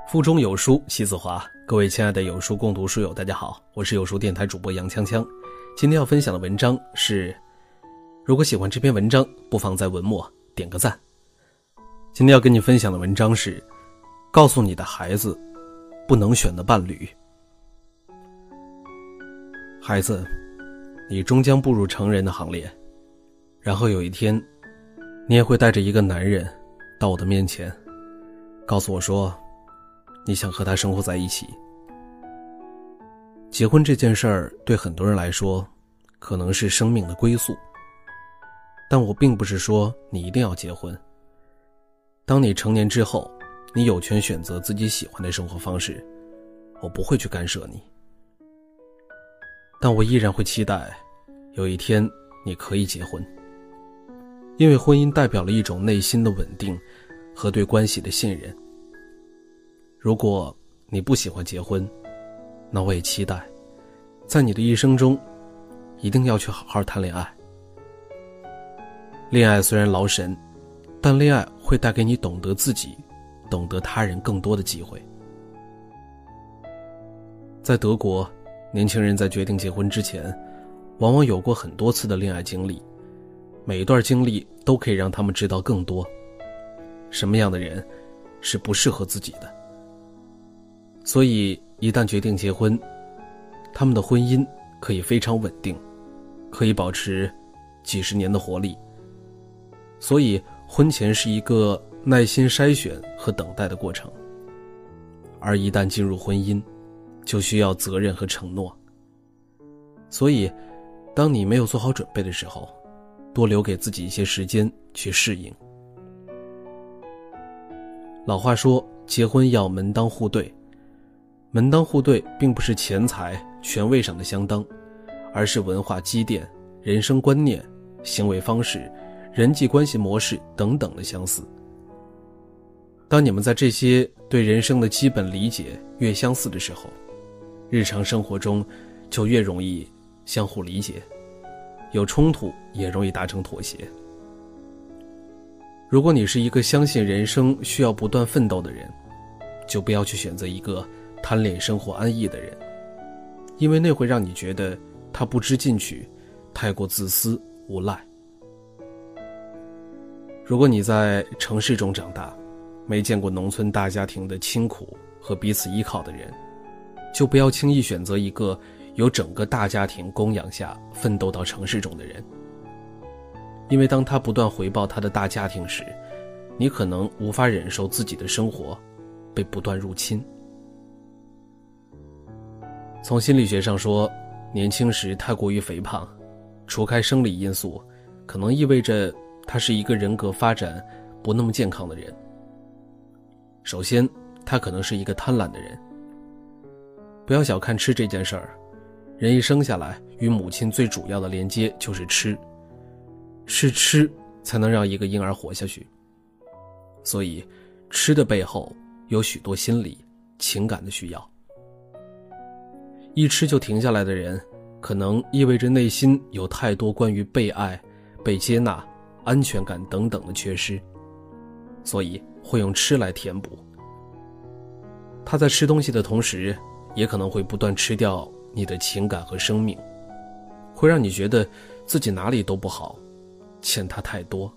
腹中有书气自华，各位亲爱的有书共读书友，大家好，我是有书电台主播杨锵锵。今天要分享的文章是，如果喜欢这篇文章，不妨在文末点个赞。今天要跟你分享的文章是，告诉你的孩子不能选的伴侣。孩子，你终将步入成人的行列，然后有一天，你也会带着一个男人到我的面前，告诉我说你想和他生活在一起。结婚这件事儿对很多人来说可能是生命的归宿，但我并不是说你一定要结婚。当你成年之后，你有权选择自己喜欢的生活方式，我不会去干涉你。但我依然会期待有一天你可以结婚，因为婚姻代表了一种内心的稳定和对关系的信任。如果你不喜欢结婚，那我也期待在你的一生中一定要去好好谈恋爱。恋爱虽然劳神，但恋爱会带给你懂得自己、懂得他人更多的机会。在德国，年轻人在决定结婚之前，往往有过很多次的恋爱经历，每一段经历都可以让他们知道更多，什么样的人是不适合自己的。所以一旦决定结婚，他们的婚姻可以非常稳定，可以保持几十年的活力。所以婚前是一个耐心筛选和等待的过程，而一旦进入婚姻，就需要责任和承诺。所以当你没有做好准备的时候，多留给自己一些时间去适应。老话说，结婚要门当户对。门当户对并不是钱财、权位上的相当，而是文化积淀、人生观念、行为方式、人际关系模式等等的相似。当你们在这些对人生的基本理解越相似的时候，日常生活中就越容易相互理解，有冲突也容易达成妥协。如果你是一个相信人生需要不断奋斗的人，就不要去选择一个贪恋生活安逸的人，因为那会让你觉得他不知进取，太过自私无赖。如果你在城市中长大，没见过农村大家庭的清苦和彼此依靠的人，就不要轻易选择一个由整个大家庭供养下奋斗到城市中的人，因为当他不断回报他的大家庭时，你可能无法忍受自己的生活被不断入侵。从心理学上说，年轻时太过于肥胖，除开生理因素，可能意味着他是一个人格发展不那么健康的人。首先，他可能是一个贪婪的人。不要小看吃这件事儿，人一生下来与母亲最主要的连接就是吃，是吃才能让一个婴儿活下去。所以，吃的背后有许多心理、情感的需要。一吃就停下来的人，可能意味着内心有太多关于被爱、被接纳、安全感等等的缺失，所以会用吃来填补。他在吃东西的同时，也可能会不断吃掉你的情感和生命，会让你觉得自己哪里都不好，欠他太多。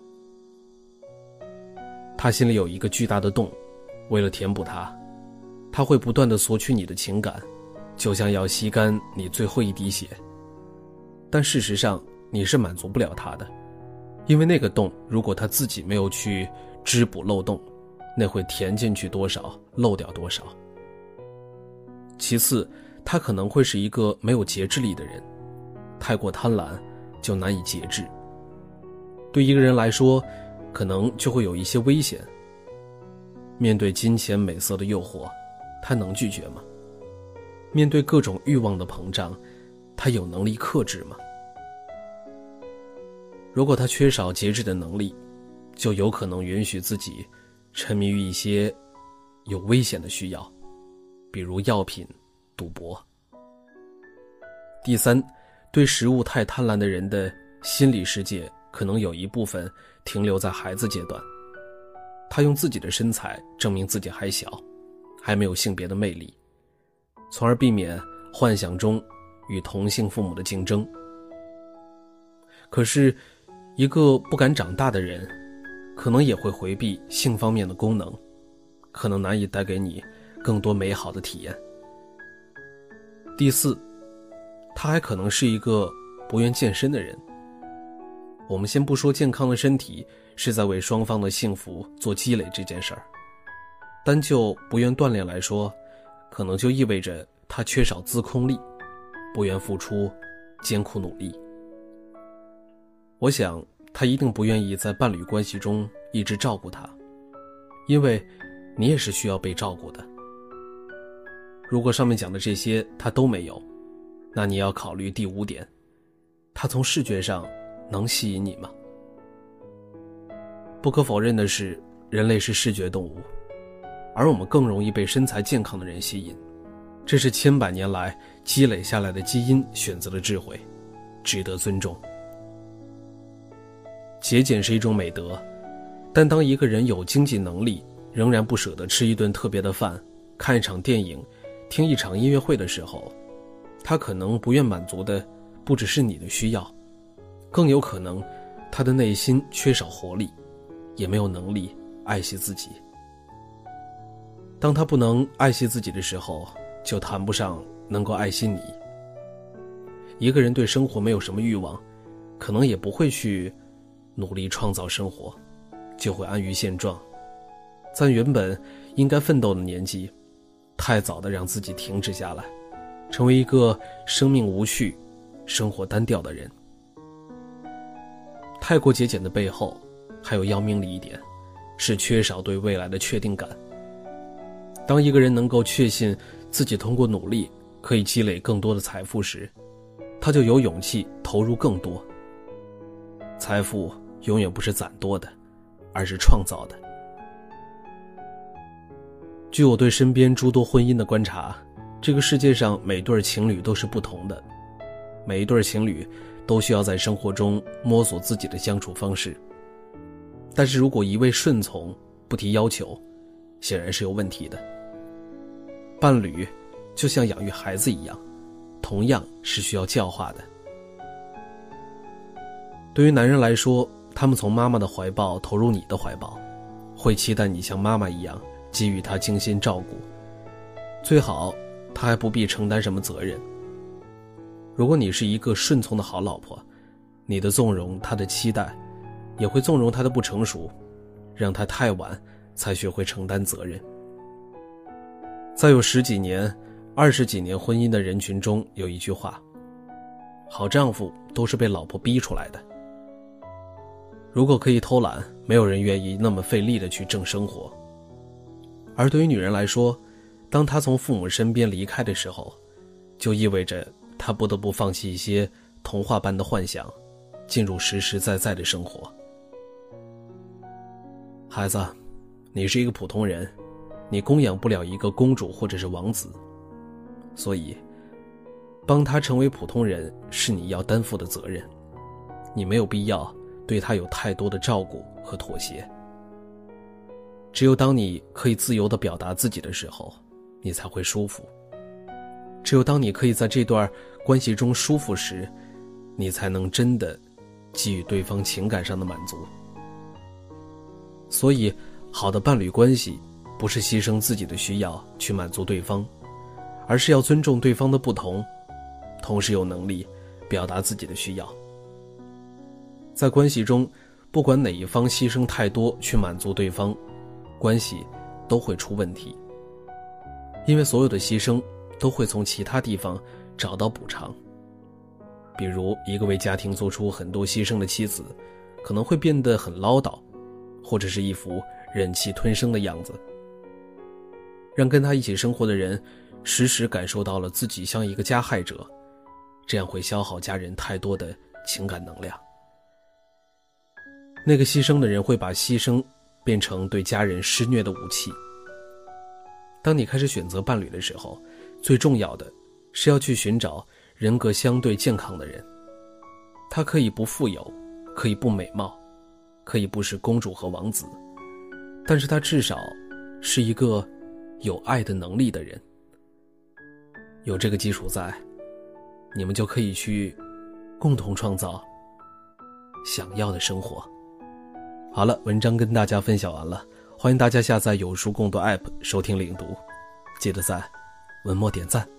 他心里有一个巨大的洞，为了填补它，他会不断地索取你的情感，就像要吸干你最后一滴血。但事实上你是满足不了他的，因为那个洞如果他自己没有去织补漏洞，那会填进去多少漏掉多少。其次，他可能会是一个没有节制力的人，太过贪婪就难以节制。对一个人来说，可能就会有一些危险。面对金钱美色的诱惑，他能拒绝吗？面对各种欲望的膨胀，他有能力克制吗？如果他缺少节制的能力，就有可能允许自己沉迷于一些有危险的需要，比如药品、赌博。第三，对食物太贪婪的人的心理世界可能有一部分停留在孩子阶段，他用自己的身材证明自己还小， 还没有性别的魅力，从而避免幻想中与同性父母的竞争。可是一个不敢长大的人，可能也会回避性方面的功能，可能难以带给你更多美好的体验。第四，他还可能是一个不愿健身的人。我们先不说健康的身体是在为双方的幸福做积累这件事儿，单就不愿锻炼来说，可能就意味着他缺少自控力，不愿付出艰苦努力。我想他一定不愿意在伴侣关系中一直照顾他，因为你也是需要被照顾的。如果上面讲的这些他都没有，那你要考虑第5点，他从视觉上能吸引你吗？不可否认的是，人类是视觉动物，而我们更容易被身材健康的人吸引，这是千百年来积累下来的基因选择的智慧，值得尊重。节俭是一种美德，但当一个人有经济能力，仍然不舍得吃一顿特别的饭，看一场电影，听一场音乐会的时候，他可能不愿满足的不只是你的需要，更有可能他的内心缺少活力，也没有能力爱惜自己。当他不能爱惜自己的时候，就谈不上能够爱惜你。一个人对生活没有什么欲望，可能也不会去努力创造生活，就会安于现状，在原本应该奋斗的年纪，太早的让自己停止下来，成为一个生命无序、生活单调的人。太过节俭的背后，还有要命的一点，是缺少对未来的确定感。当一个人能够确信自己通过努力可以积累更多的财富时，他就有勇气投入更多。财富永远不是攒多的，而是创造的。据我对身边诸多婚姻的观察，这个世界上每对情侣都是不同的，每一对情侣都需要在生活中摸索自己的相处方式。但是如果一味顺从，不提要求，显然是有问题的。伴侣就像养育孩子一样，同样是需要教化的。对于男人来说，他们从妈妈的怀抱投入你的怀抱，会期待你像妈妈一样给予他精心照顾，最好他还不必承担什么责任。如果你是一个顺从的好老婆，你的纵容他的期待，也会纵容他的不成熟，让他太晚才学会承担责任。在有10几年、20几年婚姻的人群中，有一句话：好丈夫都是被老婆逼出来的。如果可以偷懒，没有人愿意那么费力的去挣生活。而对于女人来说，当她从父母身边离开的时候，就意味着她不得不放弃一些童话般的幻想，进入实实在在的生活。孩子，你是一个普通人，你供养不了一个公主或者是王子，所以帮他成为普通人是你要担负的责任，你没有必要对他有太多的照顾和妥协。只有当你可以自由地表达自己的时候，你才会舒服。只有当你可以在这段关系中舒服时，你才能真的给予对方情感上的满足。所以，好的伴侣关系不是牺牲自己的需要去满足对方，而是要尊重对方的不同，同时有能力表达自己的需要。在关系中，不管哪一方牺牲太多去满足对方，关系都会出问题。因为所有的牺牲都会从其他地方找到补偿。比如一个为家庭做出很多牺牲的妻子，可能会变得很唠叨，或者是一副忍气吞声的样子，让跟他一起生活的人时时感受到了自己像一个加害者，这样会消耗家人太多的情感能量。那个牺牲的人会把牺牲变成对家人施虐的武器。当你开始选择伴侣的时候，最重要的是要去寻找人格相对健康的人。他可以不富有，可以不美貌，可以不是公主和王子，但是他至少是一个有爱的能力的人。有这个基础在，你们就可以去共同创造想要的生活。好了，文章跟大家分享完了，欢迎大家下载有书共读 App 收听领读，记得在文末点赞。